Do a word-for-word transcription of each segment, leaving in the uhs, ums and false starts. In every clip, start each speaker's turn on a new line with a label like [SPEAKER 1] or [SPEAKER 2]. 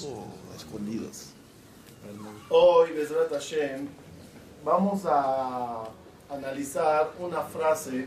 [SPEAKER 1] escondidos.
[SPEAKER 2] Hoy, Bezrat Hashem, vamos a analizar una frase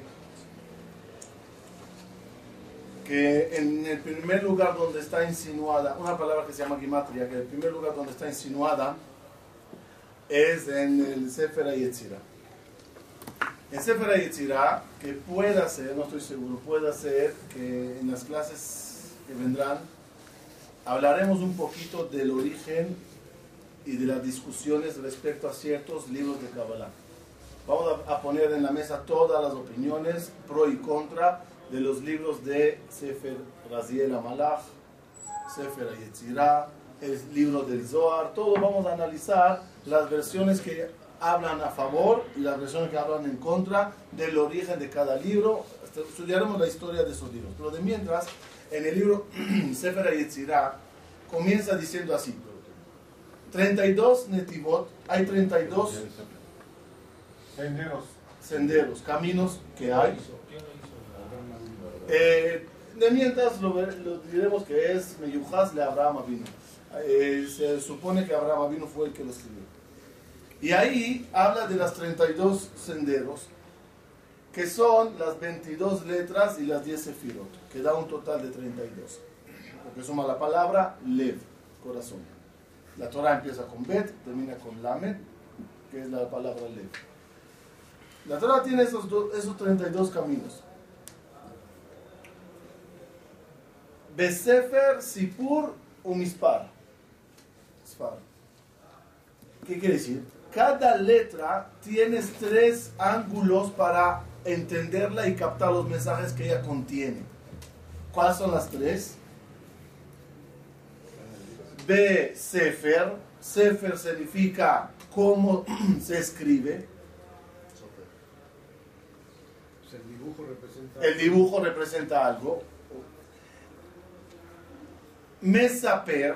[SPEAKER 2] que en el primer lugar donde está insinuada, una palabra que se llama Gimatria, que en el primer lugar donde está insinuada es en el Sefer HaYetzirah. En Sefer HaYetzirah, que pueda ser, no estoy seguro, pueda ser que en las clases que vendrán hablaremos un poquito del origen y de las discusiones respecto a ciertos libros de Kabbalah. Vamos a poner en la mesa todas las opiniones pro y contra de los libros de Sefer Raziel HaMalach, Sefer HaYetzirah, el libro del Zohar. Todo vamos a analizar las versiones que hablan a favor y las versiones que hablan en contra del origen de cada libro. Estudiaremos la historia de esos libros. Pero de mientras, en el libro Sefer HaYetzirah comienza diciendo así: treinta y dos netivot, hay treinta y dos
[SPEAKER 3] senderos,
[SPEAKER 2] senderos, caminos que hay. Eh, de mientras lo, lo diremos que es Meyuhaz le Abraham Avinu. Eh, se supone que Abraham Avinu fue el que lo escribió. Y ahí habla de las treinta y dos senderos, que son las veintidós letras y las diez sefirot, que da un total de treinta y dos. Porque suma la palabra Lev, corazón. La Torah empieza con Bet, termina con Lamed, que es la palabra Lev. La Torah tiene esos, do, esos treinta y dos caminos. Besefer, Sipur, Umispar. ¿Qué quiere decir? Cada letra tiene tres ángulos para entenderla y captar los mensajes que ella contiene. ¿Cuáles son las tres? B, Sefer. Sefer significa cómo se escribe.
[SPEAKER 3] el dibujo representa
[SPEAKER 2] El dibujo representa algo. Mesaper,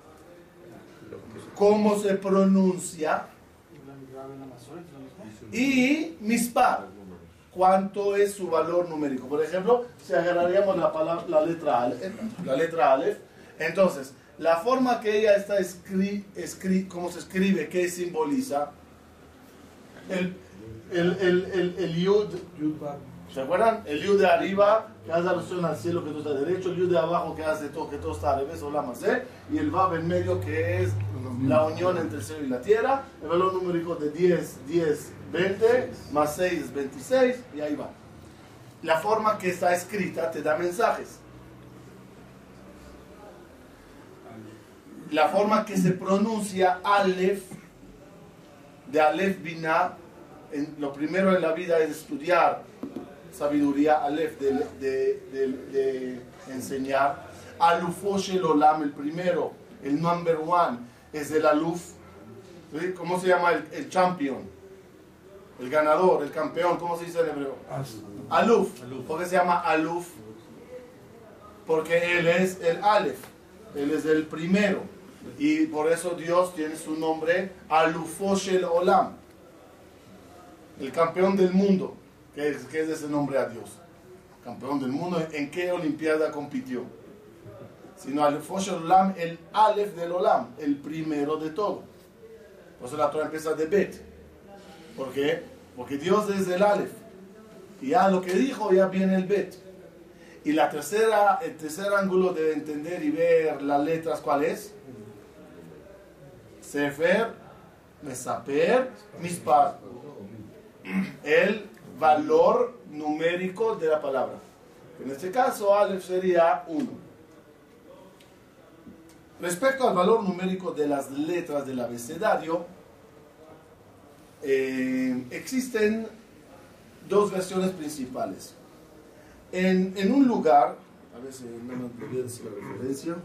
[SPEAKER 2] cómo se pronuncia. Y Mispar, cuánto es su valor numérico. Por ejemplo, si agarraríamos la, palabra, la letra Aleph, la letra Aleph, entonces la forma que ella está escrita, escri, cómo se escribe, qué simboliza, el, el, el, el, el Yud, ¿se acuerdan? El Yud de arriba, que hace alusión al cielo, que todo está derecho, el Yud de abajo, que hace todo, que todo está al revés, o la masé, y el Vav en medio, que es la unión entre el cielo y la tierra. El valor numérico de diez, diez, veinte, más seis, veintiséis, y ahí va. La forma que está escrita te da mensajes. La forma que se pronuncia Aleph, de Aleph Binah, en, lo primero en la vida es estudiar sabiduría, Aleph, de, de, de, de enseñar. Alufo Shel Olam, el primero, el number one, es el Aluf. ¿Sí? ¿Cómo se llama el, el champion? El ganador, el campeón, ¿cómo se dice en hebreo? Aluf. ¿Por qué se llama Aluf? Porque él es el Aleph, él es el primero. Y por eso Dios tiene su nombre Alufo Shel Olam, el campeón del mundo. ¿Qué es, qué es ese nombre a Dios? Campeón del mundo. ¿En qué olimpiada compitió? Sino Alufo Shel Olam, el Aleph del Olam, el primero de todo. Por eso la Torah empieza de Bet. ¿Por qué? Porque Dios es el Aleph. Y ya lo que dijo, ya viene el Bet. Y la tercera, el tercer ángulo de entender y ver las letras, ¿cuál es? Sefer, Mesaper, Mispar. El valor numérico de la palabra. En este caso, Aleph sería uno. Respecto al valor numérico de las letras del abecedario, eh, existen dos versiones principales. En, en un lugar, a ver si no me olvidé decir la referencia,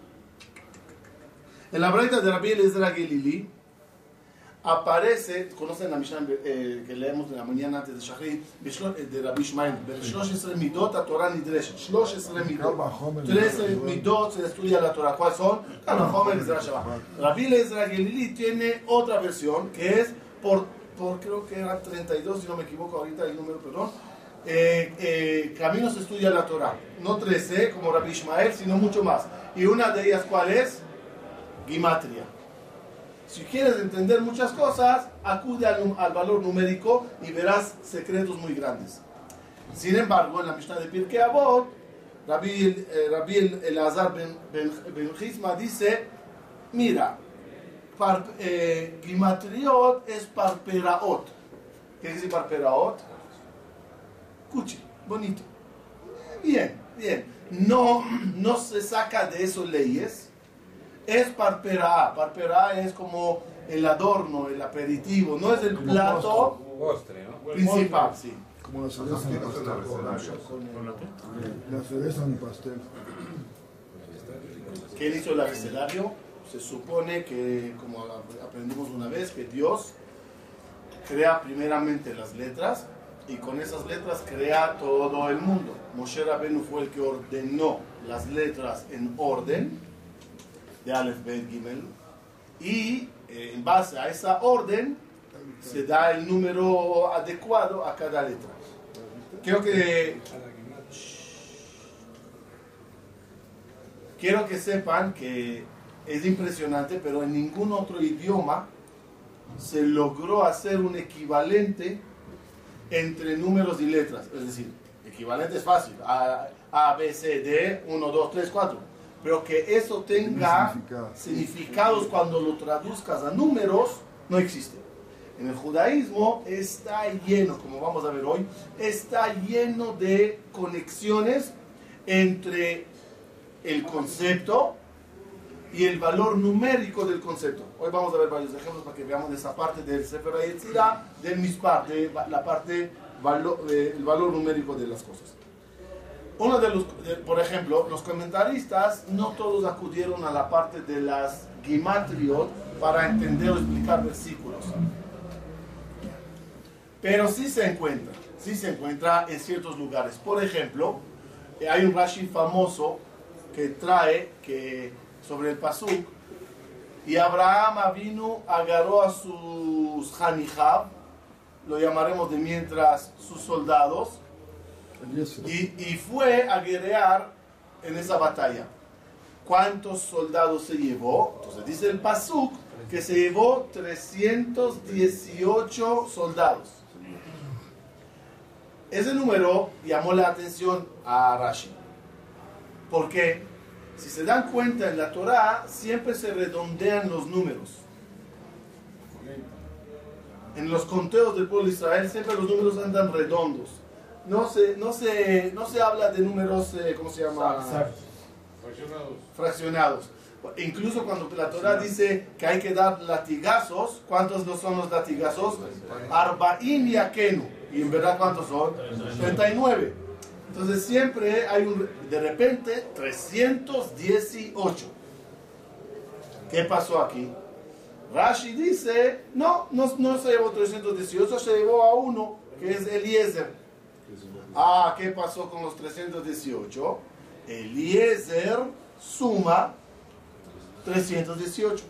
[SPEAKER 2] en la braita de Rabbi Eliezer HaGelili aparece, conocen la Mishnah eh, que leemos de la mañana antes de Shachrit, de Rabbi Ishmael, trece midot a Torah nidreshet, trece midot, trece midot se estudia la Torah. ¿Cuáles son? Rabbi Eliezer HaGelili tiene otra versión que es por, por creo que eran treinta y dos, si no me equivoco ahorita el número, perdón. Eh, eh, caminos se estudia la Torah, no trece como Rabbi Ishmael, sino mucho más. Y una de ellas, ¿cuál es? Gimatria. Si quieres entender muchas cosas, acude al, al valor numérico y verás secretos muy grandes. Sin embargo, en la Mishnah de Pirkei Avot, Rabbi, eh, Rabbi Elazar ben, ben, ben Chisma dice, mira, par, eh, Gimatriot es parperaot. ¿Qué quiere decir parperaot? Cuchi, bonito. Bien, bien. No, no se saca de eso leyes. Es parpera. Parpera es como el adorno, el aperitivo. No es el
[SPEAKER 1] como
[SPEAKER 2] plato
[SPEAKER 1] postre, ¿no?
[SPEAKER 2] principal, sí.
[SPEAKER 4] Como la cerveza en pastel. La cerveza en pastel.
[SPEAKER 2] ¿Quién hizo el abecedario? Se supone que, como aprendimos una vez, que Dios crea primeramente las letras y con esas letras crea todo el mundo. Moshe Rabenu fue el que ordenó las letras en orden, de Aleph, Bet, Gimel, y eh, en base a esa orden se da el número adecuado a cada letra. Quiero que quiero que sepan que es impresionante, pero en ningún otro idioma se logró hacer un equivalente entre números y letras. Es decir, equivalente es fácil, A, A B, C, D, uno, dos, tres, cuatro. Pero que eso tenga
[SPEAKER 4] Significado.
[SPEAKER 2] significados cuando lo traduzcas a números, no existe. En el judaísmo está lleno, como vamos a ver hoy, está lleno de conexiones entre el concepto y el valor numérico del concepto. Hoy vamos a ver varios ejemplos para que veamos esa parte del Sefer HaYetzirah, del Mispar, de la parte, valo, de, el valor numérico de las cosas. Uno de los, de, por ejemplo, los comentaristas no todos acudieron a la parte de las Gimatriot para entender o explicar versículos. Pero sí se encuentra, sí se encuentra en ciertos lugares. Por ejemplo, hay un Rashi famoso que trae que sobre el pasuk, y Abraham Avinu agarró a sus Hanijab, lo llamaremos de mientras sus soldados, y, y fue a guerrear en esa batalla. ¿Cuántos soldados se llevó? Entonces dice el pasuk que se llevó trescientos dieciocho soldados. Ese número llamó la atención a Rashi. ¿Por qué? Si se dan cuenta en la Torá, siempre se redondean los números. En los conteos del pueblo de Israel, siempre los números andan redondos. No se, no se, no se habla de números, eh, ¿cómo se llama?
[SPEAKER 3] Fraccionados.
[SPEAKER 2] Fraccionados. Incluso cuando la Torá dice que hay que dar latigazos, ¿cuántos no son los latigazos? Arba'im yakenu. Y en verdad, ¿cuántos son? treinta y nueve. Entonces siempre hay un, de repente, trescientos dieciocho. ¿Qué pasó aquí? Rashi dice, no, no, no se llevó trescientos dieciocho, se llevó a uno, que es Eliezer. Ah, ¿qué pasó con los trescientos dieciocho? Eliezer suma trescientos dieciocho.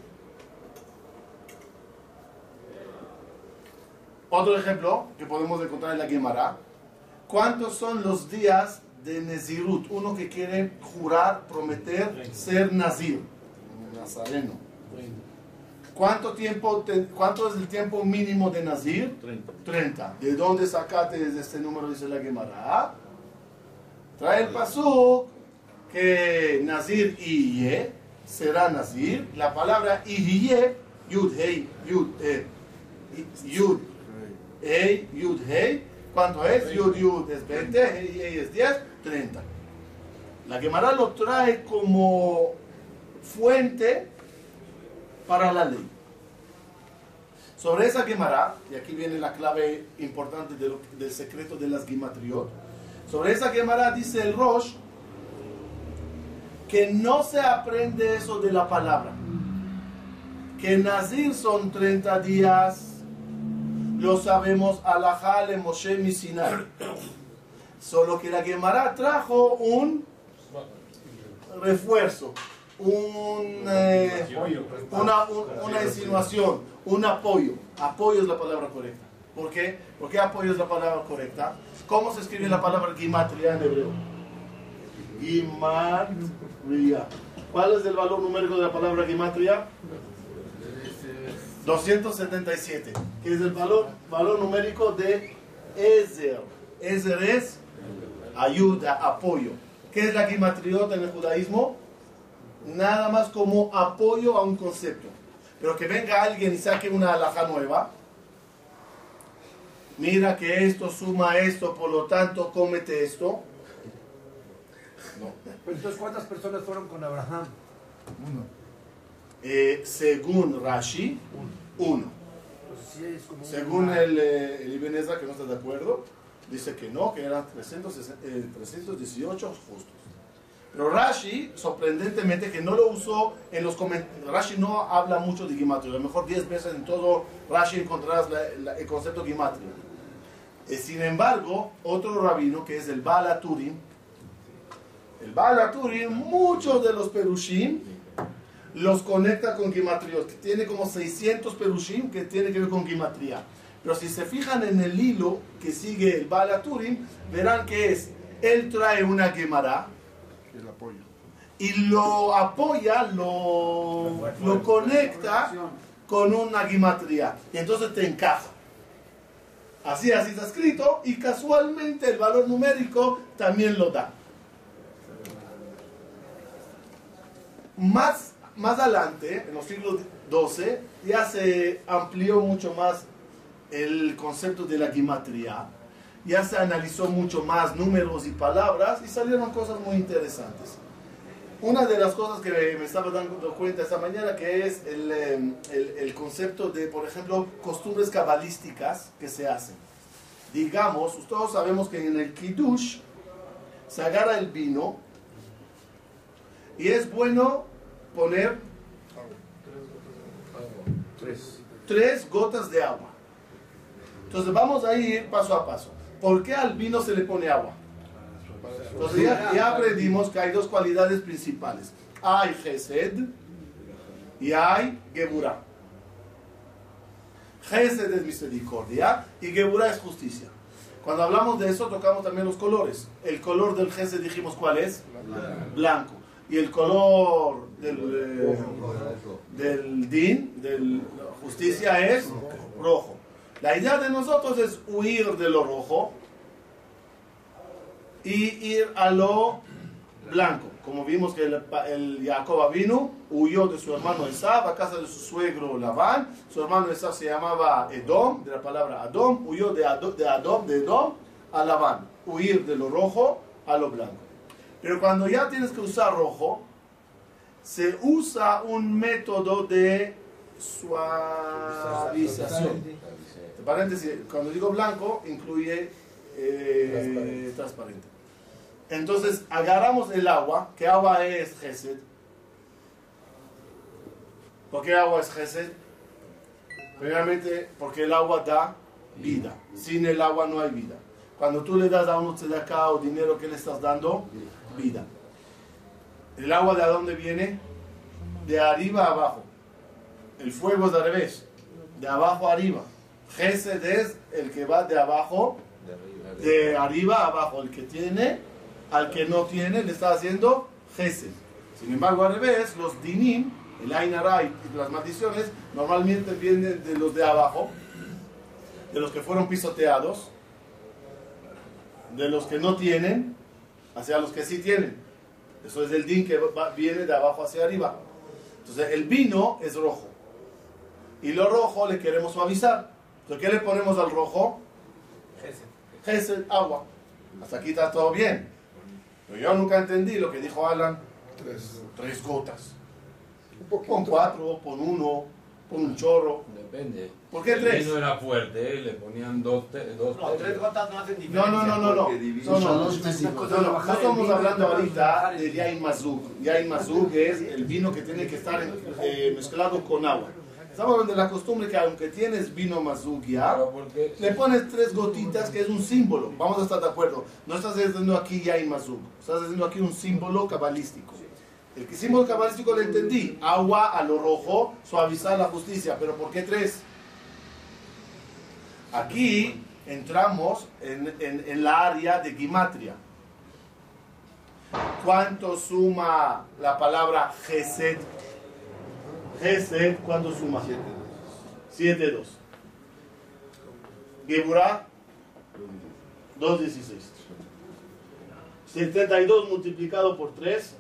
[SPEAKER 2] Otro ejemplo que podemos encontrar en la Gemara. ¿Cuántos son los días de Nezirut? Uno que quiere jurar, prometer ser Nazir, nazareno. ¿Cuánto tiempo te, ¿Cuánto es el tiempo mínimo de Nazir? treinta. ¿De dónde sacaste desde este número? Dice la Gemara. Trae el pasuk que Nazir Iye será Nazir. La palabra Iye, Yud Hei, Yud eh, Yud Hei, Yud Hei. ¿Cuánto es? Yud Yud es veinte, Hei Hei es diez, treinta. La Gemara lo trae como fuente para la ley. Sobre esa Gemara, y aquí viene la clave importante de lo, del secreto de las Gimatriot, sobre esa Gemara dice el Rosh que no se aprende eso de la palabra, que Nazir son treinta días, lo sabemos, alajá le Moshe mi Sinai, solo que la Gemara trajo un refuerzo, un, eh, una, un, una insinuación, un apoyo. Apoyo es la palabra correcta. ¿Por qué? ¿Por qué apoyo es la palabra correcta? ¿Cómo se escribe la palabra Gimatria en hebreo? Gimatria. ¿Cuál es el valor numérico de la palabra gematria? doscientos setenta y siete, que es el valor, valor numérico de Ezer. Ezer es ayuda, apoyo. ¿Qué es la gimatriota en el judaísmo? Nada más como apoyo a un concepto. Pero que venga alguien y saque una halajá nueva. Mira que esto suma esto, por lo tanto cómete esto. No.
[SPEAKER 1] Pero entonces, ¿cuántas personas fueron con Abraham?
[SPEAKER 4] Uno.
[SPEAKER 2] Eh, según Rashi, uno.
[SPEAKER 1] Pues sí, es como
[SPEAKER 2] Según
[SPEAKER 1] una...
[SPEAKER 2] el, eh, el Ibn Ezra, que no está de acuerdo, dice que no, que eran trescientos dieciocho justos. Pero Rashi, sorprendentemente, que no lo usó en los comentarios. Rashi no habla mucho de Gimatria. A lo mejor diez veces en todo Rashi encontrarás la, la, el concepto Gimatria. Eh, sin embargo, otro rabino, que es el Baal HaTurim, el Baal HaTurim, muchos de los Perushim los conecta con Gimatriot, que tiene como seiscientos Perushim que tiene que ver con Gimatria. Pero si se fijan en el hilo que sigue el Baal HaTurim, verán que es, él trae una Gemara,
[SPEAKER 4] El apoyo.
[SPEAKER 2] y lo apoya, lo, lo conecta con una gimatría. Y entonces te encaja. Así, así está escrito, y casualmente el valor numérico también lo da. Más, más adelante, en los siglos doce, ya se amplió mucho más el concepto de la gimatría. Ya se analizó mucho más números y palabras y salieron cosas muy interesantes. Una de las cosas que me estaba dando cuenta esta mañana, que es el, el, el concepto de, por ejemplo, costumbres cabalísticas que se hacen. Digamos, todos sabemos que en el Kiddush se agarra el vino y es bueno poner
[SPEAKER 3] Tres.
[SPEAKER 2] tres gotas de agua. Entonces vamos a ir paso a paso. ¿Por qué al vino se le pone agua? Entonces ya, ya aprendimos que hay dos cualidades principales. Hay Gesed y hay Geburah. Gesed es misericordia y Geburah es justicia. Cuando hablamos de eso tocamos también los colores. El color del Gesed dijimos ¿cuál es? Blanco. Y el color del, eh, del Din, de la justicia es rojo. La idea de nosotros es huir de lo rojo y ir a lo blanco. Como vimos que el, el Jacob vino, huyó de su hermano Esav a casa de su suegro Labán. Su hermano Esav se llamaba Edom, de la palabra Adom. Huyó de Adom, de Adom, de Edom a Labán. Huir de lo rojo a lo blanco. Pero cuando ya tienes que usar rojo, se usa un método de suavización. De paréntesis, cuando digo blanco, incluye eh, transparente. transparente. Entonces, agarramos el agua. ¿Qué agua es Gesed? ¿Por qué agua es Gesed? Primeramente, porque el agua da vida. Sin el agua no hay vida. Cuando tú le das a uno tzedakah o dinero, ¿qué le estás dando? Vida. ¿El agua de dónde viene? De arriba a abajo. El fuego es al revés. De abajo a arriba. Gesed es el que va de abajo, de arriba a abajo. El que tiene, al que no tiene, le está haciendo Gesed. Sin embargo, al revés, los dinim, el Ain Hara y las maldiciones, normalmente vienen de los de abajo, de los que fueron pisoteados, de los que no tienen, hacia los que sí tienen. Eso es el din que va, viene de abajo hacia arriba. Entonces, el vino es rojo. Y lo rojo le queremos suavizar. Entonces, ¿qué le ponemos al rojo? Gesed. Gesed, agua. Hasta aquí está todo bien. Pero yo nunca entendí lo que dijo Alan.
[SPEAKER 4] Tres.
[SPEAKER 2] Tres gotas. Pon cuatro, pon uno, pon un chorro.
[SPEAKER 5] Depende.
[SPEAKER 2] ¿Por qué
[SPEAKER 5] el
[SPEAKER 2] tres?
[SPEAKER 5] El vino era fuerte, ¿eh? Le ponían dos, te, dos
[SPEAKER 1] No, tres gotas no hacen
[SPEAKER 2] No,
[SPEAKER 1] diferencia.
[SPEAKER 2] no, no, no, no. No, no, no, no, no, no estamos hablando ahorita de Yain Mazug. Yain Mazug es el vino que tiene que estar eh, mezclado con agua. Estamos hablando de la costumbre que aunque tienes vino Mazug ya,
[SPEAKER 5] porque...
[SPEAKER 2] le pones tres gotitas que es un símbolo. Vamos a estar de acuerdo. No estás diciendo aquí Yain Mazug. Estás diciendo aquí un símbolo cabalístico. El símbolo cabalístico lo entendí. Agua a lo rojo, suavizar la justicia. ¿Pero por qué tres? Aquí entramos en, en, en la área de gimatria. ¿Cuánto suma la palabra Gesed? Gesed, ¿cuánto suma? siete, dos. Geburah, dos, dieciséis. setenta y dos multiplicado por tres,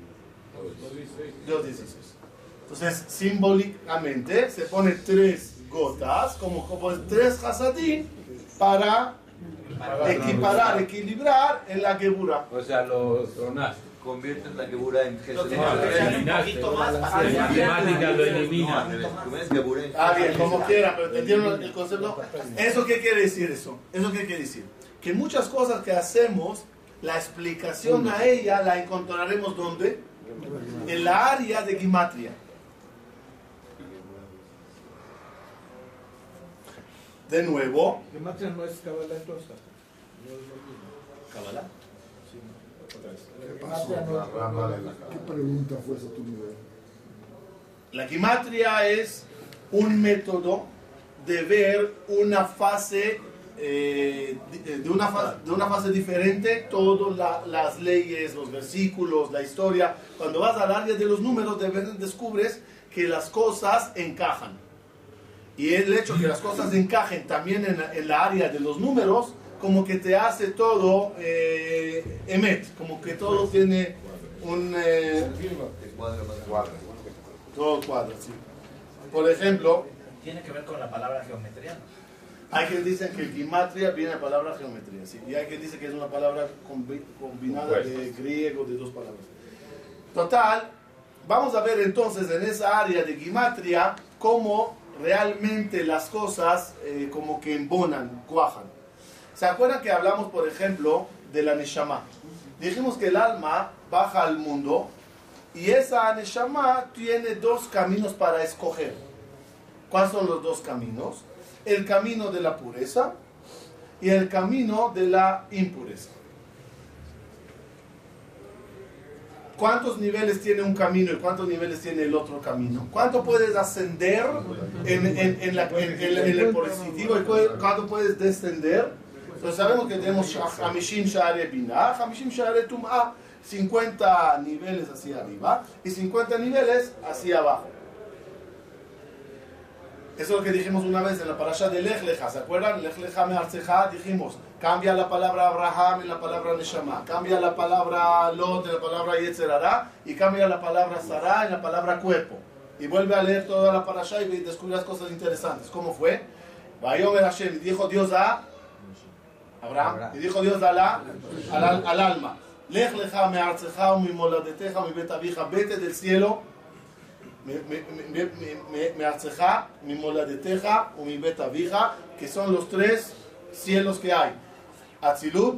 [SPEAKER 2] dos, dieciséis. Entonces, simbólicamente, se pone tres gotas, como, como tres hasadim, para equiparar, equilibrar en la Geburah.
[SPEAKER 5] O sea, lo tronaste.
[SPEAKER 6] Conviertes la Geburah en
[SPEAKER 5] Lo
[SPEAKER 6] Gesed.
[SPEAKER 5] eliminaste. La matemática lo elimina.
[SPEAKER 2] Ah, bien, como quiera, pero ¿entendieron el concepto? ¿Eso qué quiere decir eso? ¿Eso qué quiere decir? Que muchas cosas que hacemos, la explicación a ella la encontraremos ¿dónde? En la área de Gimatria. De nuevo.
[SPEAKER 1] Gematria no es Kabbalah entonces. No es lo mismo.
[SPEAKER 2] ¿Kabbalah?
[SPEAKER 4] ¿Qué pasó? ¿Qué pregunta fue esa tu nivel?
[SPEAKER 2] La Gimatria es un método de ver una fase, eh, de, una fase de una fase diferente, todas la, las leyes, los versículos, la historia. Cuando vas al área de los números, de repente descubres que las cosas encajan. Y el hecho que las cosas encajen también en, en la área de los números, como que te hace todo eh, emet, como que todo tiene un eh, todo cuadra, sí. Por ejemplo,
[SPEAKER 7] tiene que ver con la palabra geometría.
[SPEAKER 2] hay quienes dicen que gimatria viene de la palabra geometría, ¿sí? Y hay quienes dicen que es una palabra combi combinada de griego, de dos palabras. Total, vamos a ver entonces en esa área de gimatria cómo realmente las cosas eh, como que embonan, cuajan. ¿Se acuerdan que hablamos, por ejemplo, de la Neshama? Dijimos que el alma baja al mundo y esa Neshama tiene dos caminos para escoger. ¿Cuáles son los dos caminos? El camino de la pureza y el camino de la impureza. ¿Cuántos niveles tiene un camino y cuántos niveles tiene el otro camino? ¿Cuánto puedes ascender en, en, en, la, en, en, en el positivo y cuánto puedes descender? Entonces sabemos que tenemos Hamishim Sha'are Binah, Hamishim Sha'are Tum'ah, cincuenta niveles hacia arriba y cincuenta niveles hacia abajo. Eso es lo que dijimos una vez en la parasha de Lech Lecha, ¿se acuerdan? Lech Lecha Me'artzecha, dijimos, cambia la palabra Abraham en la palabra Neshama, cambia la palabra Lot en la palabra Yetzer Hara y cambia la palabra Sarah en la palabra cuerpo. Y vuelve a leer toda la parasha y descubrirás cosas interesantes. ¿Cómo fue? Vayomer Hashem, dijo Dios a Abraham, y dijo Dios a la, al, al alma, Lech Lecha Me'artzecha U'mimoladetecha U'mibet Avija, vete del cielo, Me'artzecha, Mimoladetecha, U'mibet Avija, que son los tres cielos que hay. Atzilut,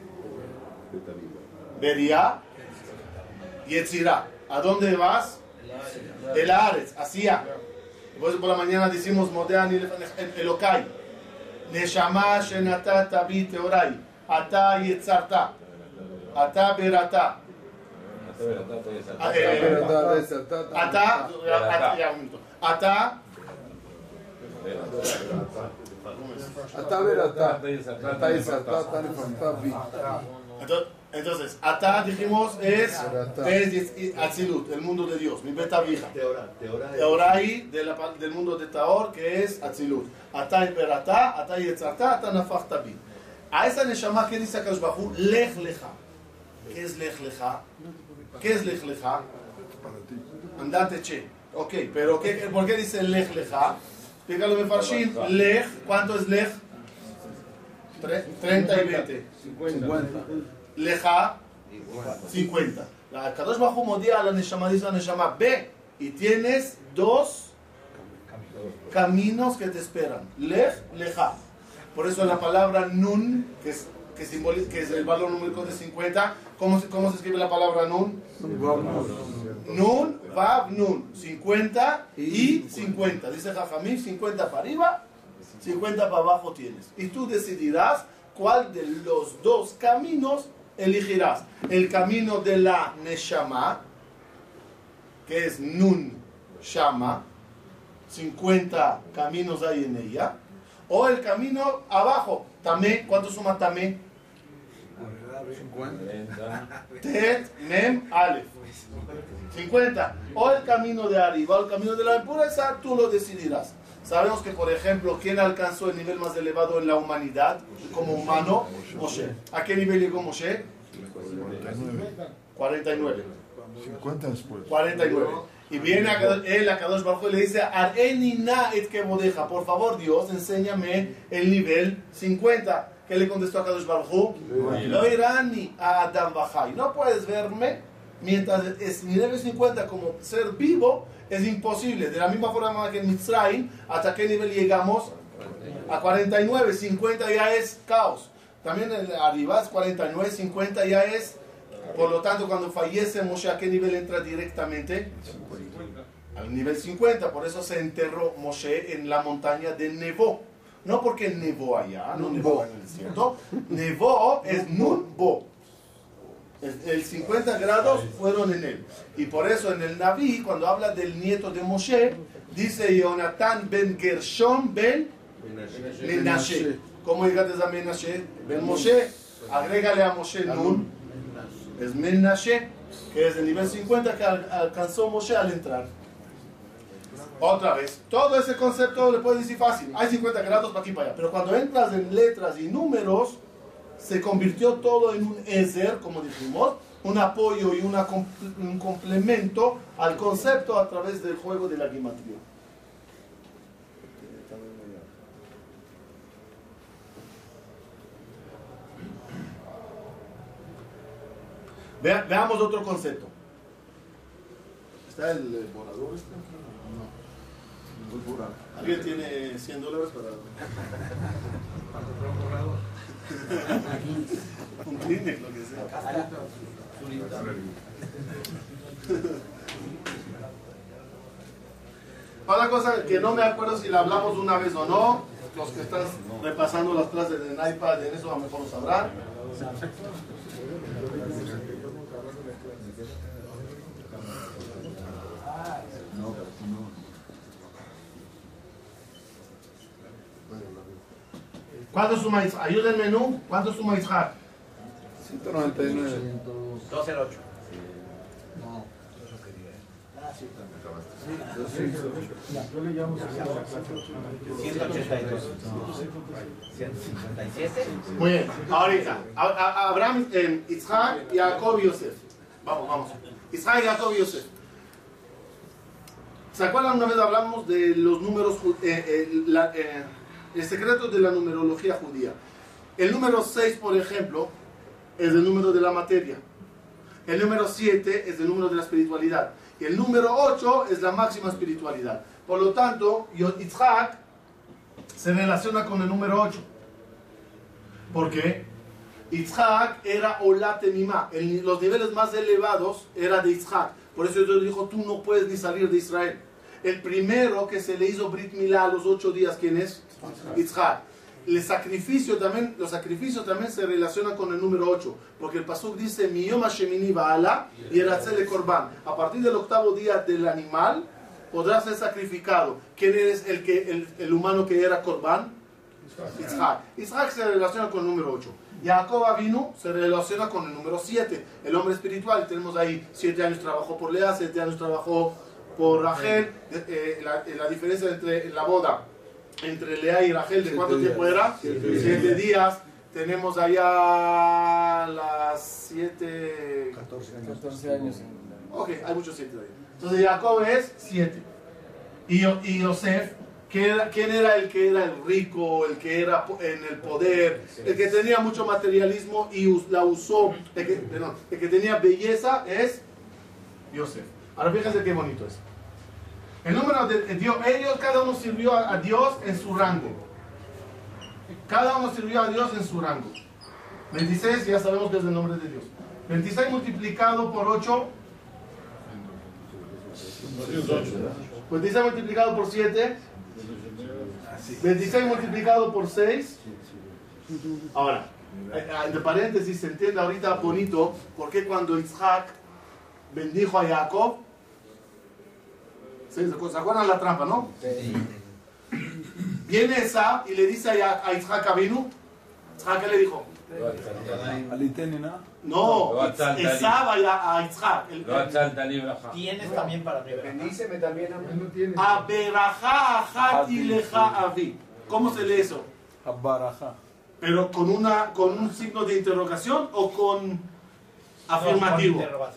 [SPEAKER 2] Beria, Yetzirah. ¿A dónde vas? El Aretz, hacia. Después por la mañana decimos Modeani Elokai. Neshama Shenata Tabi Teorai. Ata Yetzarta. Ata Berata. Ata, Ata, entonces, Ata dijimos es es Atzilut, el mundo de Dios, mi beta vija. Teorai del mundo de Taor, que es Atzilut. Ata y Berata, Ata y Yetzarta, Ata Nafach Tabi. A esa Neshama que dice Akadosh Baruj Hu, Lech Lecha. ¿Qué es Lech Lecha? ¿Qué es Lech Lecha? Andate che. Ok, pero ¿qué, ¿por qué dice Lech Lecha? Explícalo en Farshim. Lech, ¿cuánto es Lech? treinta y veinte. cincuenta. Lecha, cincuenta. La Kadosh Baruj Hu modía a la Neshama, dice a la Neshama, ve y tienes dos caminos que te esperan. Lech, Lecha. Por eso la palabra Nun, que es Que, simboliza, que es el valor numérico de cincuenta. ¿Cómo se, cómo se escribe la palabra Nun? Nun, Vav, Nun. cincuenta y cincuenta. Dice Jajamim, cincuenta para arriba, cincuenta para abajo tienes. Y tú decidirás cuál de los dos caminos elegirás. El camino de la Neshama, que es Nun, Shama. cincuenta caminos hay en ella. O el camino abajo. Tamé, ¿cuánto suma Tamé? Tet, Mem, Aleph. cincuenta. O el camino de arriba o el camino de la impureza, tú lo decidirás. Sabemos que, por ejemplo, ¿quién alcanzó el nivel más elevado en la humanidad como humano? Moshe. ¿A qué nivel llegó Moshe? cuarenta y nueve.
[SPEAKER 4] cincuenta después.
[SPEAKER 2] cuarenta y nueve. Y viene a él a Kadosh Baruj Hu y le dice: Areni na et kevodeja. Por favor, Dios, enséñame el nivel cincuenta. ¿Qué le contestó a Kadosh Baruj Hu? Lo irani a Adam Bajay. No puedes verme mientras es nivel cincuenta como ser vivo. Es imposible. De la misma forma que en Mitzrayim, ¿hasta qué nivel llegamos? A cuarenta y nueve. cincuenta ya es caos. También en arriba es cuarenta y nueve. cincuenta ya es. Por lo tanto, cuando fallece Moshe, ¿a qué nivel entra directamente? Al nivel cincuenta. Por eso se enterró Moshe en la montaña de Nevó. No porque nevó allá, no nevó en el desierto. Nevó es Nun-Bo. El cincuenta grados fueron en él. Y por eso en el Naví, cuando habla del nieto de Moshe, dice Jonathan ben Gershom ben Menashe. ¿Cómo llegaste a Menashe? Ben Moshe. Agrégale a Moshe Nun. Es Menashe, que es el nivel cincuenta que al, alcanzó Moshe al entrar. Otra vez, todo ese concepto le puedes decir fácil. Hay cincuenta grados para aquí y para allá. Pero cuando entras en letras y números, se convirtió todo en un ezer, como dijimos, un apoyo y una, un complemento al concepto a través del juego de la gematría. Ve, veamos otro concepto. ¿Está el, el borrador este? No. ¿Alguien tiene cien dólares para...? Un Kleenex, lo que sea. Otra cosa que no me acuerdo si la hablamos una vez o no, los que están repasando las clases en iPad, en eso a lo mejor lo sabrán. ¿Cuánto suma Yitzhak? Ayúdenme, ¿no? ¿Cuánto suma Yitzhak?
[SPEAKER 1] ciento noventa y nueve.
[SPEAKER 7] dos cero ocho. ciento ochenta y dos. ciento cincuenta y siete.
[SPEAKER 2] Muy bien, ahorita. A- a- Abraham, eh, Yitzhak, Jacob y Yosef. Vamos, vamos. Yitzhak, Jacob y Yosef. ¿Se acuerdan? Una vez hablamos de los números, ju- eh, eh, la, eh, el secreto de la numerología judía. El número seis, por ejemplo, es el número de la materia. El número siete es el número de la espiritualidad. Y el número ocho es la máxima espiritualidad. Por lo tanto, Yitzhak se relaciona con el número ocho. ¿Por qué? Yitzhak era Olat Emimá. El- Los niveles más elevados era de Yitzhak. Por eso Dios dijo: tú no puedes ni salir de Israel. El primero que se le hizo Brit Milá a los ocho días, ¿quién es? Yitzhak. El sacrificio también, los sacrificios también se relacionan con el número ocho, porque el pasuk dice: Mi yom hashemini ba'ala y eratzele korban. A partir del octavo día del animal podrá ser sacrificado. ¿Quién es el, que, el, el humano que era korban? Yitzhak. Yitzhak se relaciona con el número ocho. Jacob Avinu se relaciona con el número siete, el hombre espiritual. Tenemos ahí siete años trabajó por Lea, siete años trabajó por Rachel. Eh, eh, la, la diferencia entre la boda entre Lea y Rachel, ¿de cuánto tiempo era? Siete, siete días. Tenemos allá las siete...
[SPEAKER 1] catorce años.
[SPEAKER 2] Ok, hay muchos siete ahí. Entonces Jacob es siete. Y, Yo- y Yosef, ¿quién era, quién era el que era el rico, el que era po- en el poder, el que tenía mucho materialismo y us- la usó, el que, perdón, el que tenía belleza es Yosef. Ahora fíjense qué bonito es. El número de de Dios, ellos cada uno sirvió a, a Dios en su rango. Cada uno sirvió a Dios en su rango. veintiséis, ya sabemos que es el nombre de Dios. veintiséis multiplicado por ocho. veintiséis multiplicado por siete. veintiséis multiplicado por seis. Ahora, eh, eh, de paréntesis, se entiende ahorita bonito por qué cuando Yitzhak bendijo a Jacob. ¿Sí? ¿Se acuerdan la trampa, no? Viene esa y le dice a, Ya- a Yitzhak Avinu. Yitzhak, ¿qué le dijo? No, Esab a Yitzhak.
[SPEAKER 5] לא עצלת לי ברכה.
[SPEAKER 7] Tienes también para arriba.
[SPEAKER 8] Bendíceme también a mí.
[SPEAKER 2] Aberajá ajat ileja avi. ¿Cómo se lee eso? Pero con una con un signo de interrogación o con afirmativo.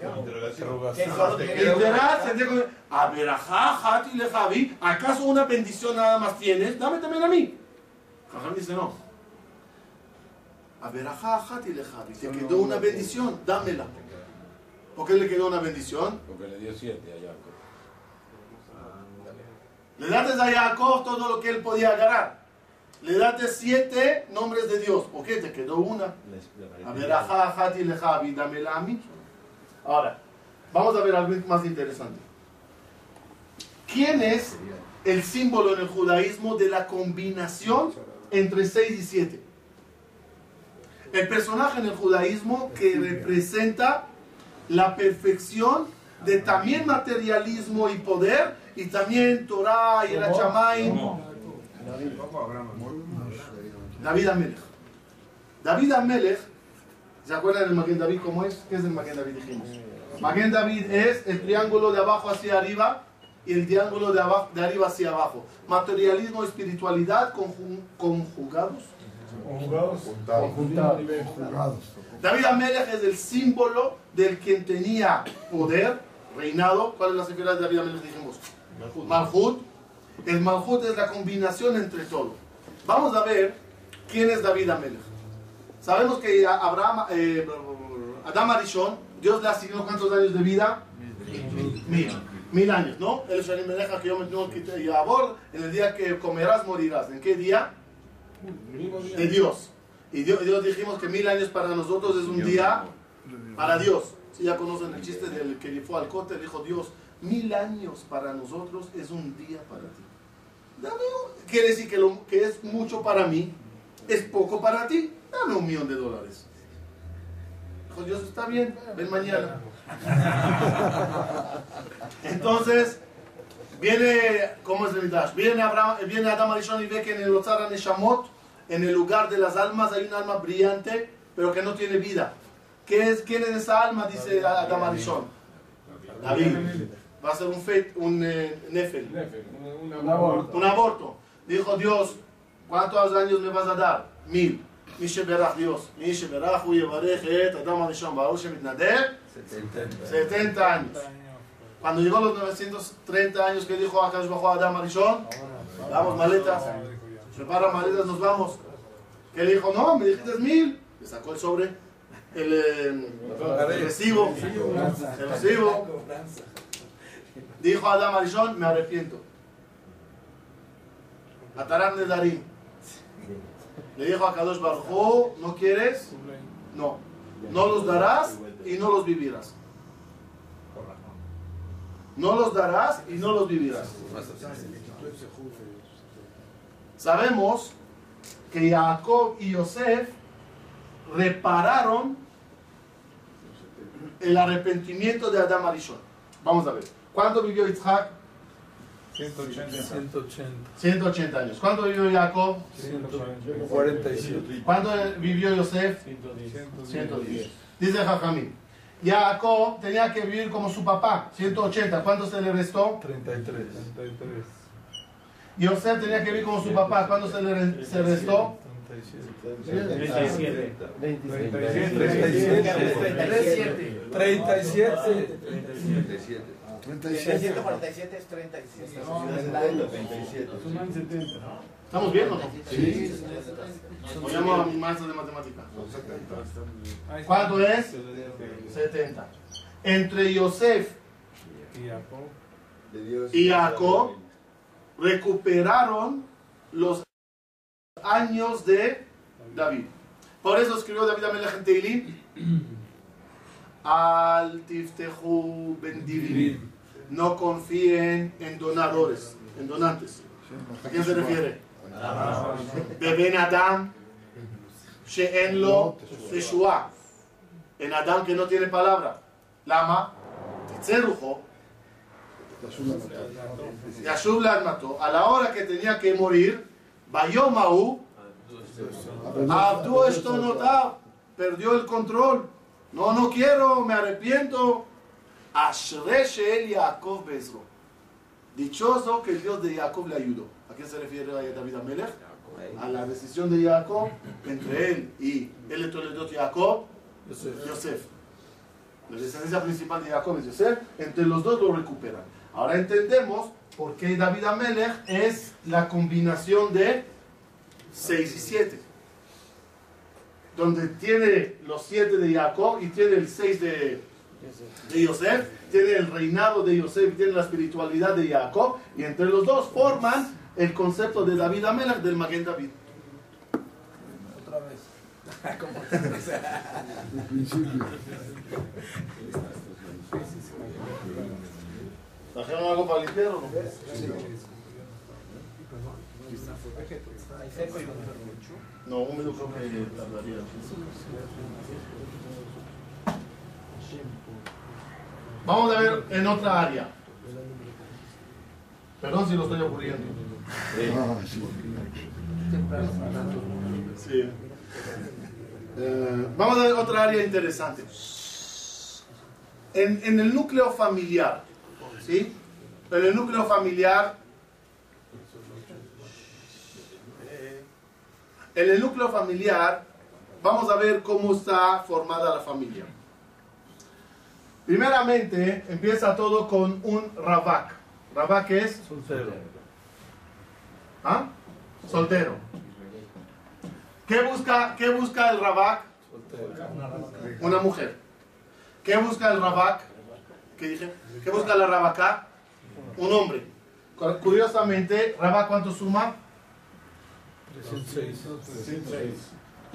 [SPEAKER 2] Literal se dice Aberajá ajat ileja avi. ¿Acaso una bendición nada más tienes? Dame también a mí. Jajam dice no. Aberajá ajat ileja avi. Te quedó una bendición, dámela. ¿Por qué le quedó una bendición?
[SPEAKER 5] Porque le dio siete a Jacob.
[SPEAKER 2] Le daste a Jacob todo lo que él podía agarrar. Le daste siete nombres de Dios. ¿Por qué te quedó una? Aberajá ajat ileja avi, dámela a mí. Ahora, vamos a ver algo más interesante. ¿Quién es el símbolo en el judaísmo de la combinación entre seis y siete? El personaje en el judaísmo que representa la perfección de también materialismo y poder y también Torah y el Shamayim. David Amelech. David Amelech, ¿se acuerdan del Maguen David cómo es? ¿Qué es el Maguen David? Dijimos. Maguen David es el triángulo de abajo hacia arriba y el triángulo de, abajo, de arriba hacia abajo. Materialismo y espiritualidad conjun, conjugados.
[SPEAKER 4] Conjugados. Conjugados.
[SPEAKER 2] David Amelech es el símbolo del quien tenía poder, reinado. ¿Cuál es la sefirá de David Amelech? Dijimos Malhut. El Malhut es la combinación entre todo. Vamos a ver quién es David Amelech. Sabemos que Abraham, eh, Adam Arishon, Dios le asignó cuántos años de vida? Mil. Mil años, ¿no? El Shalim Meleja que yo me tengo que ir a bordo. En el día que comerás, morirás. ¿En qué día? De Dios. Y Dios, Dios dijimos que mil años para nosotros es un día para Dios. Si ya conocen el chiste del que fue al cote, dijo Dios, mil años para nosotros es un día para ti. Dame un, quiere decir que lo que es mucho para mí es poco para ti. Dame un millón de dólares. Dijo Dios, está bien, ven mañana. Entonces, viene, ¿cómo es el Midrash? Viene, Abraham, viene Adam Arishon y ve que en el Otzar Neshamot, en el lugar de las almas, hay un alma brillante, pero que no tiene vida. ¿Qué es, ¿Quién es esa alma? Dice Adam Arishon. David. Va a ser un fet, un eh, nefel.
[SPEAKER 1] Un, un aborto.
[SPEAKER 2] Un aborto. Dijo Dios, ¿cuántos años me vas a dar? Mil. Mishe berach Dios. Mishe berach hu yevarech et Adam Arishon Baruch shemitnadeh. setenta años. Cuando llegó los novecientos treinta años, que dijo Akadosh Baruj Hu a Adam Arishon, damos maletas, prepara maletas, nos vamos. Que dijo, no, me dijiste mil. Le sacó el sobre, el, eh, el recibo, el recibo. Dijo a Adam Arishon, me arrepiento. Ataran de Darim. Le dijo a Akadosh Baruj Hu, ¿no quieres? No. No los darás y no los vivirás. No los darás y no los vivirás. Sabemos que Jacob y Yosef repararon el arrepentimiento de Adam Arishon. Vamos a ver. ¿Cuánto vivió Yitzhak?
[SPEAKER 1] ciento ochenta.
[SPEAKER 2] ciento ochenta años. ¿Cuánto vivió Jacob?
[SPEAKER 1] cuarenta y siete.
[SPEAKER 2] ¿Cuánto vivió Yosef? ciento diez. Dice Jajamín. Jacob tenía que vivir como su papá, ciento ochenta. ¿Cuánto se le restó?
[SPEAKER 1] treinta y tres.
[SPEAKER 2] Yosef tenía que vivir como su papá. ¿Cuánto se le re- se restó?
[SPEAKER 7] treinta y siete.
[SPEAKER 1] treinta y siete.
[SPEAKER 7] treinta y siete, cuarenta y siete es treinta y siete.
[SPEAKER 2] ¿Estamos bien o no? Sí. Lo llamo a mi maestro de matemática. ¿Cuánto es? setenta. Entre Yosef y Jacob recuperaron los años de David. Por eso escribió David Amelech en Teilim: Al tiftehu bendivim. No confíen en donadores, en donantes. ¿A quién se refiere? Beben Adam she'en lo teshua. En Adam que no tiene palabra. Lama titzerujo Yashub Ladmato. A la hora que tenía que morir, Bayomahu Abdu Eshtonotav. perdió el control. No, no quiero, me arrepiento. Ashre she'el Yaakov be'ezro. Dichoso que el Dios de Jacob le ayudó. ¿A quién se refiere David Amelech? A la decisión de Jacob entre él y el Etoledot Jacob,
[SPEAKER 1] Yosef.
[SPEAKER 2] Yosef. La descendencia principal de Jacob es Yosef. Entre los dos lo recuperan. Ahora entendemos por qué David Amelech es la combinación de seis y siete. Donde tiene los siete de Jacob y tiene el seis de, de Yosef, tiene el reinado de Yosef y tiene la espiritualidad de Jacob, y entre los dos forman el concepto de David Amelech del Maguen David.
[SPEAKER 1] Otra vez.
[SPEAKER 4] El principio.
[SPEAKER 2] ¿Trajeron algo para limpiar o no? No, un minuto creo que tardaría. Vamos a ver en otra área. Perdón si lo estoy ocurriendo.
[SPEAKER 4] Ah, sí.
[SPEAKER 2] Sí. Eh, vamos a ver otra área interesante. En, en el núcleo familiar, ¿sí? En el núcleo familiar, en el núcleo familiar, vamos a ver cómo está formada la familia. Primeramente, empieza todo con un Ravak. Ravak es
[SPEAKER 1] Soltero.
[SPEAKER 2] ¿Ah? Soltero. ¿Qué busca, qué busca el Ravak?
[SPEAKER 1] Soltero.
[SPEAKER 2] Una mujer. ¿Qué busca el Ravak? ¿Qué dije? ¿Qué busca la Ravaká? Un hombre. Curiosamente, Ravak, ¿cuánto suma?
[SPEAKER 1] trescientos seis.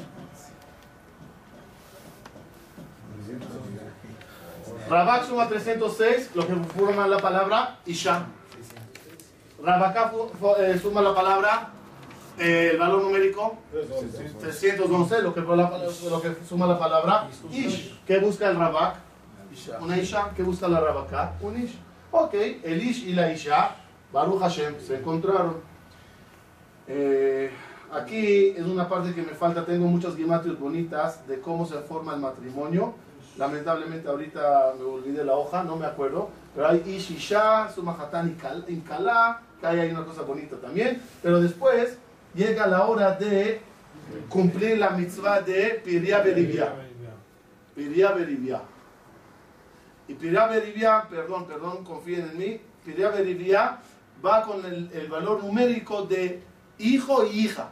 [SPEAKER 2] Ravak suma trescientos seis, lo que forma la palabra Isha. Ravaká eh, suma la palabra, eh, el valor numérico trescientos once, lo que, lo que suma la palabra Ish. ¿Qué busca el Ravak? Una Isha. ¿Qué busca la Ravaká? Un Ish. Ok, el Ish y la Isha, Baruch Hashem, se encontraron. Eh, aquí es una parte que me falta. Tengo muchas gematrias bonitas de cómo se forma el matrimonio. Lamentablemente ahorita me olvidé la hoja, no me acuerdo. Pero hay Ish, Isha, Suma Hatán y Kalá, que ahí hay una cosa bonita también. Pero después llega la hora de cumplir la mitzvah de Piria Beribia. Piria Beribia. Y Piria Beribia, perdón, perdón, confíen en mí. Piria Beribia va con el, el valor numérico de hijo y hija.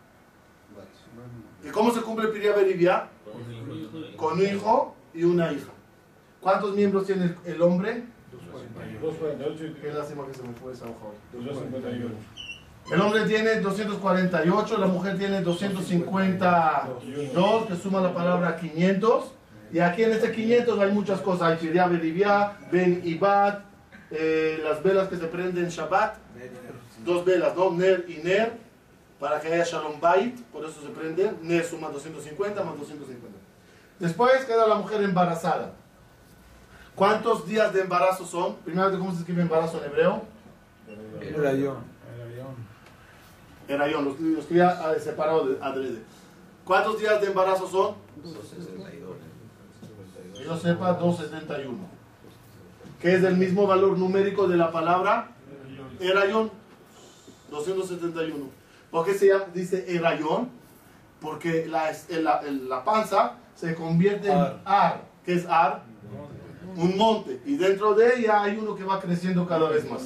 [SPEAKER 2] ¿Y cómo se cumple Piria Beribia? Con un hijo y una hija. ¿Cuántos miembros tiene el, el hombre?
[SPEAKER 3] doscientos cuarenta y ocho.
[SPEAKER 2] Qué lástima que se me fue esa hoja hoy.
[SPEAKER 3] doscientos cincuenta y uno.
[SPEAKER 2] El hombre tiene doscientos cuarenta y ocho, la mujer tiene doscientos cincuenta y dos, que suma la palabra quinientos. Y aquí en este quinientos hay muchas cosas. Hay Piria Beribia, Ben y Bat, eh, las velas que se prenden Shabbat, dos velas, ¿no? Ner y Ner, para que haya Shalom Bait, por eso se prenden. Ner suma doscientos cincuenta más doscientos cincuenta. Después queda la mujer embarazada. ¿Cuántos días de embarazo son? Primero, ¿cómo se escribe embarazo en hebreo?
[SPEAKER 1] Era yo.
[SPEAKER 2] Era yo, los, los que ya separado de adrede. ¿Cuántos días de embarazo son? Que yo sepa, doscientos setenta y uno. Que es el mismo valor numérico de la palabra Erayón. doscientos setenta y uno. ¿Por qué se llama, dice Erayón? Porque la, la, la panza se convierte en
[SPEAKER 1] Ar.
[SPEAKER 2] Ar. ¿Qué es Ar? Un monte. Y dentro de ella hay uno que va creciendo cada vez más.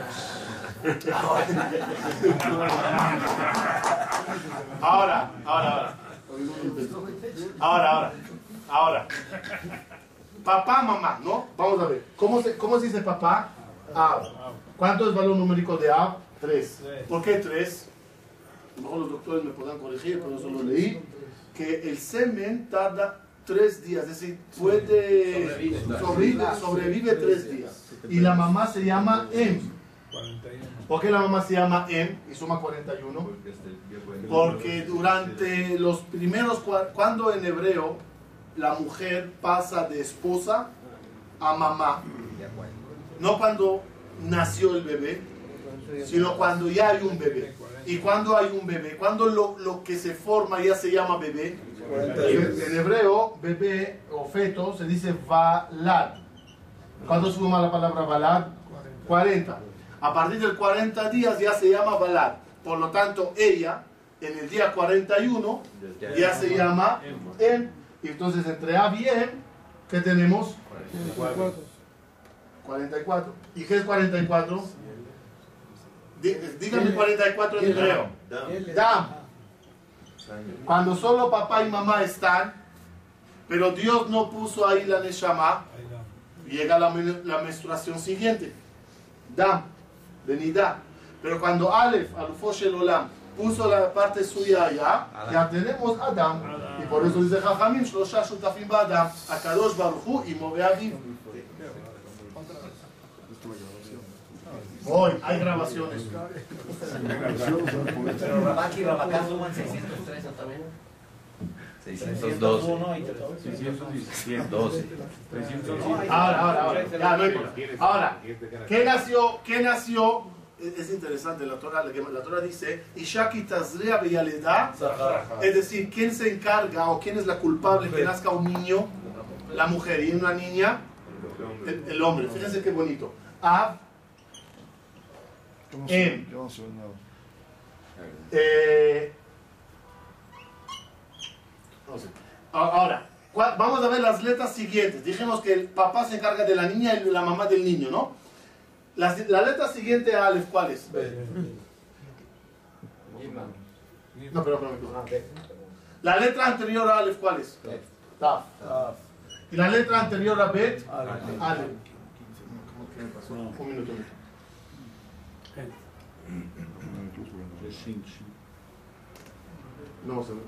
[SPEAKER 2] Ahora, ahora, ahora. Ahora, ahora. Ahora. Papá, mamá, ¿no? Vamos a ver. ¿Cómo se, cómo se dice papá? Ab. ¿Cuánto es el valor numérico de Ab? Tres. ¿Por qué tres? A lo mejor los doctores me podrán corregir, pero eso lo leí. Que el semen tarda tres días, es decir, puede sobrevive, sobrevive tres días. Y la mamá se llama Em. ¿Por qué la mamá se llama Em y suma cuarenta y uno? Porque durante los primeros, cuando en hebreo la mujer pasa de esposa a mamá, no cuando nació el bebé, sino cuando ya hay un bebé. Y cuando hay un bebé, cuando lo, lo que se forma ya se llama bebé, En hebreo, bebé o feto se dice valad. ¿Cuándo suma la palabra valad? cuarenta. A partir del cuarenta días ya se llama valad. Por lo tanto, ella, en el día cuarenta y uno, ya se llama em. Y entonces entre Ab y Em, ¿qué tenemos? cuarenta y cuatro. ¿Y qué es cuarenta y cuatro? Díganme cuarenta y cuatro en hebreo. Dam. Cuando solo papá y mamá están, pero Dios no puso ahí la neshama, llega la, la menstruación siguiente. Dam, venida. Pero cuando Aleph, Alufosh el Olam, puso la parte suya allá, ya tenemos Adam. Y por eso dice Jajamim, Shlosha Shutafim Ba'adam, Akadosh Baruj Hu y Moveadim. Hoy hay grabaciones.
[SPEAKER 7] Pero Rabaki y Rabacá suman seiscientos trece también.
[SPEAKER 6] seiscientos doce.
[SPEAKER 5] seiscientos doce.
[SPEAKER 2] Ahora, ahora, ahora. Ya, no importa. Ahora, ¿qué nació? ¿Qué nació? Es interesante, la Torah, la Torah dice, Ishaki Tazrea Beyaleda, es decir, ¿quién se encarga o quién es la culpable que nazca un niño? La mujer, y una niña, el, el hombre. Fíjense qué bonito. Ab, Em. Eh, no sé. Ahora, vamos a ver las letras siguientes. Dijimos que el papá se encarga de la niña y la mamá del niño, ¿no? La, la letra siguiente a Aleph, ¿cuál es? No, pero, pero, pero. La letra anterior a Aleph, ¿cuál es? Taf. Y la letra anterior a Bet, Aleph. Un minuto. No, se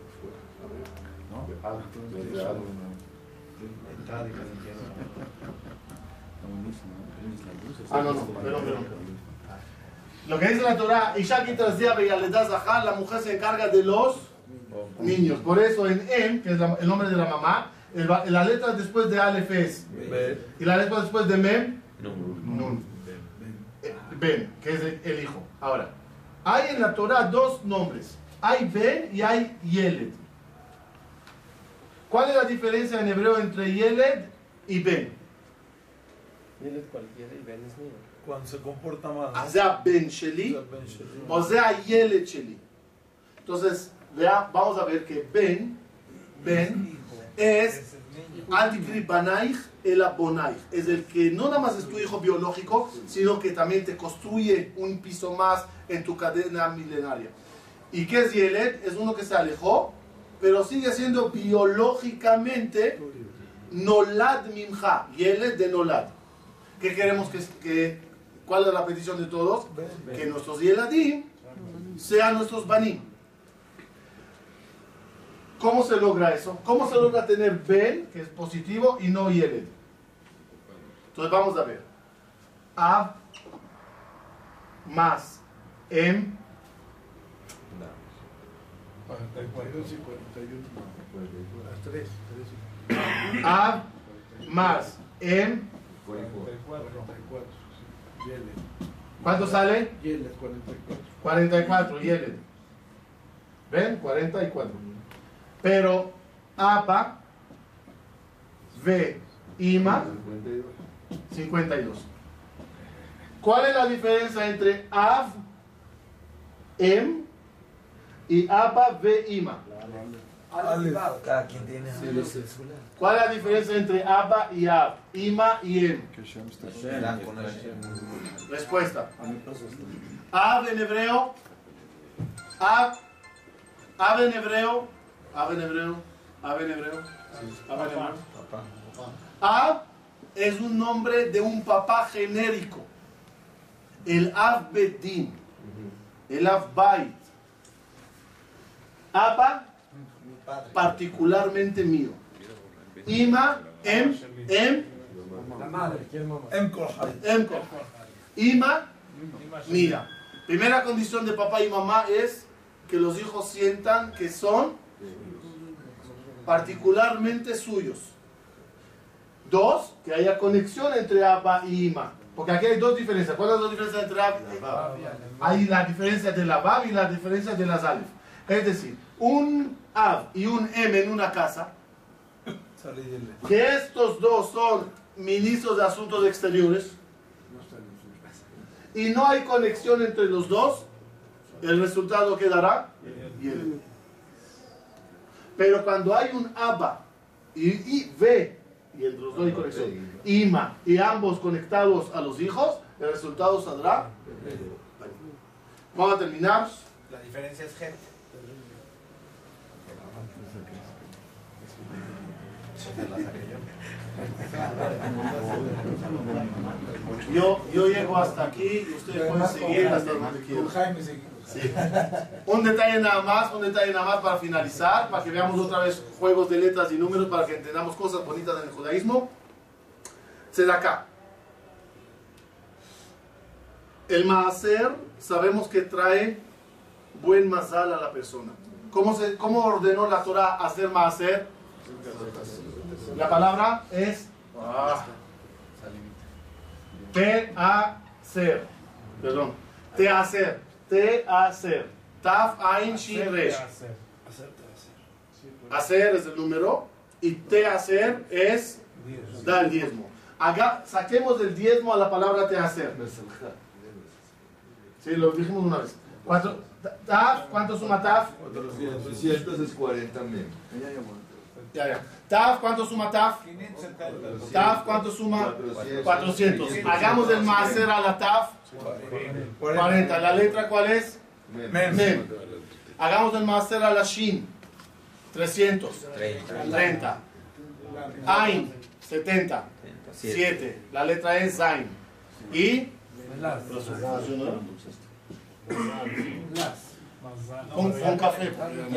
[SPEAKER 2] Ah, no, no, perdón, perdón. Lo que dice la Torah, Ishaki Trazia Beyaleda Zahar, la mujer se encarga de los niños. Por eso en Em, que es la, el nombre de la mamá, el, la letra después de Aleph es y la letra después de Mem, Nun. Ben, que es el, el hijo. Ahora, hay en la Torah dos nombres. Hay Ben y hay Yeled. ¿Cuál es la diferencia en hebreo entre Yeled y Ben?
[SPEAKER 1] Yeled cualquiera y Ben es mío. Cuando se comporta mal.
[SPEAKER 2] O sea, Ben Sheli, o sea, Yeled Sheli. Entonces, vea, vamos a ver que Ben, Ben, es Al-Tikri Banaich el Abonaich. Es el que no nada más es tu hijo biológico, sino que también te construye un piso más en tu cadena milenaria. ¿Y qué es Yeled? Es uno que se alejó, pero sigue siendo biológicamente Nolad Mimcha. Yeled de Nolad. ¿Qué queremos que, que cuál es la petición de todos? Que nuestros Yeladim sean nuestros Banim. ¿Cómo se logra eso? ¿Cómo se logra tener Ben, que es positivo, y no Yeled? Entonces vamos a ver. Ab más Em. Ab más Em. ¿Cuánto sale? cuarenta y cuatro. Yeled. ¿Ven? cuarenta y cuatro. Pero Abba, Ve, Ima, cincuenta y dos. ¿Cuál es la diferencia entre Av, Em y Abba, Ve, Ima?
[SPEAKER 7] Cada quien tiene.
[SPEAKER 2] ¿Cuál es la diferencia entre Abba y Av, Ima y Em? Respuesta. Av en hebreo, Ab, Ab en hebreo, Ab en hebreo, Ab en hebreo, Ab en hebreo. Ab es un nombre de un papá genérico. El Av Bedin, el Av Bait. Abba, particularmente mío. Ima, Em, Em,
[SPEAKER 1] La madre, ¿quién mamá?
[SPEAKER 2] Em Korha. Ima, mía. Primera condición de papá y mamá es que los hijos sientan que son particularmente suyos. Dos, que haya conexión entre Abba y Ima. Porque aquí hay dos diferencias. ¿Cuál es la diferencia entre Abba y Ima? Hay la diferencia de la Bab y la diferencia de las Aleph. Es decir, un Av y un M en una casa, que estos dos son ministros de Asuntos Exteriores, y no hay conexión entre los dos, el resultado quedará Yeled. Pero cuando hay un Abba y, y V, y entre los dos hay conexión, Ima, y ambos conectados a los hijos, el resultado saldrá. Vamos a terminar.
[SPEAKER 7] La diferencia es G.
[SPEAKER 2] Yo, yo llego hasta aquí y ustedes pueden seguir hasta donde quieran. Sí. Un detalle nada más, un detalle nada más para finalizar, para que veamos otra vez juegos de letras y números, para que entendamos cosas bonitas en el judaísmo. Tzedaká. El maaser sabemos que trae buen mazal a la persona. ¿Cómo, se, cómo ordenó la Torah hacer maaser? La palabra es ah, te-a-ser. Perdón. Te-a-ser. Te-a-ser. Taf, Ain, Shin, Resh. Hacer es el número y te-a-ser es dar el diezmo. Haga, saquemos del diezmo a la palabra te-a-ser. Sí, lo dijimos una vez. ¿Cuánto, taf, ¿cuánto suma Taf?
[SPEAKER 4] cuatrocientos es cuarenta mil.
[SPEAKER 2] Ya, ya. Taf, ¿cuánto suma Taf? Taf, ¿cuánto suma? cuatrocientos. Hagamos del maaser a la Taf. cuarenta. ¿La letra cuál es?
[SPEAKER 4] Mem.
[SPEAKER 2] Mem. Hagamos del maaser a la Shin. trescientos. treinta. Ain. setenta. siete. La letra es Zain. Y con, con café.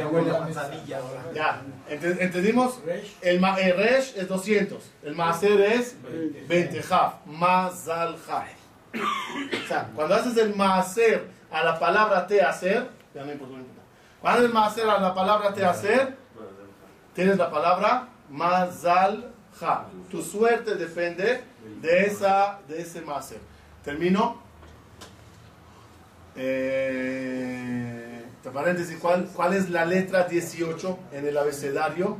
[SPEAKER 2] Ya, ¿entendimos? El, ma, el resh es doscientos. El maaser es veinte. Jaf. Mazal jaf. O sea, cuando haces el maaser a la palabra te hacer, ya no importa, no importa. Cuando haces el maaser a la palabra te hacer, tienes la palabra mazal jaf. Tu suerte depende de, esa, de ese maaser. Termino. Eh, entre paréntesis, ¿cuál, ¿cuál es la letra dieciocho en el abecedario?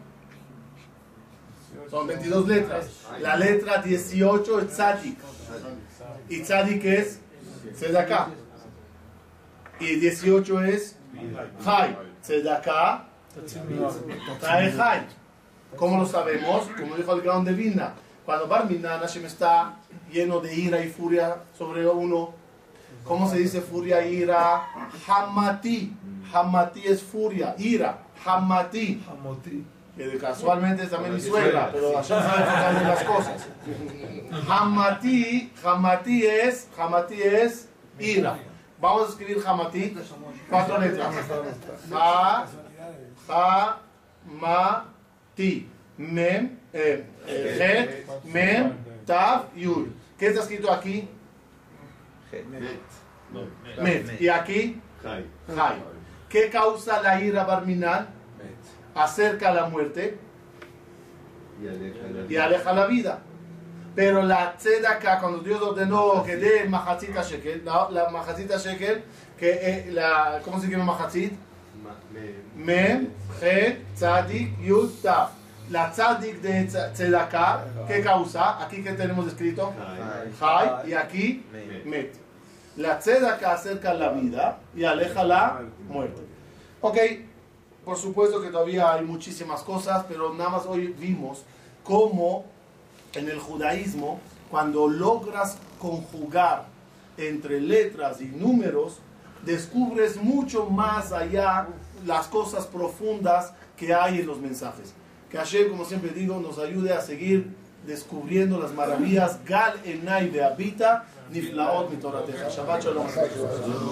[SPEAKER 2] Son veintidós letras. La letra dieciocho es tzadik. Y tzadik es tzedaká. Y dieciocho es Jai. Tzedaká trae Jai. ¿Cómo lo sabemos? Como dijo el Gaón de Vilna. Cuando Bar Minan Hashem está lleno de ira y furia sobre uno. ¿Cómo se dice furia, ira? Hamati. Hamati es furia, ira. Hamati. Que casualmente es también mi suegra, pero Hashem sabe enfocar en las cosas. Hamati, Hamati es, Hamati es ira. Vamos a escribir Hamati. Cuatro letras. Ha, Ha, Ma, Ti. Mem, eh, eh, Mem, Tav, Yud. ¿Qué está escrito aquí? Met. ¿Y aquí? Jai. ¿Qué causa la ira barminal? Acerca la muerte y aleja la vida. Pero la tzedaka, cuando Dios ordenó que dé mahatzita shekel, la, la mahatzita shekel, que eh, la, ¿cómo se llama mahatzit? Mem, he, tzadik, yud, taf. La tzadik de tzedaka, ¿qué causa? Aquí que tenemos escrito Jai y aquí Met. La tzedaka acerca la vida y aleja la muerte. Ok, por supuesto que todavía hay muchísimas cosas, pero nada más hoy vimos cómo en el judaísmo, cuando logras conjugar entre letras y números, descubres mucho más allá las cosas profundas que hay en los mensajes. Que Hashem, como siempre digo, nos ayude a seguir descubriendo las maravillas. Gal enai de habita, niflaot mitorateja. Shabbat shalom.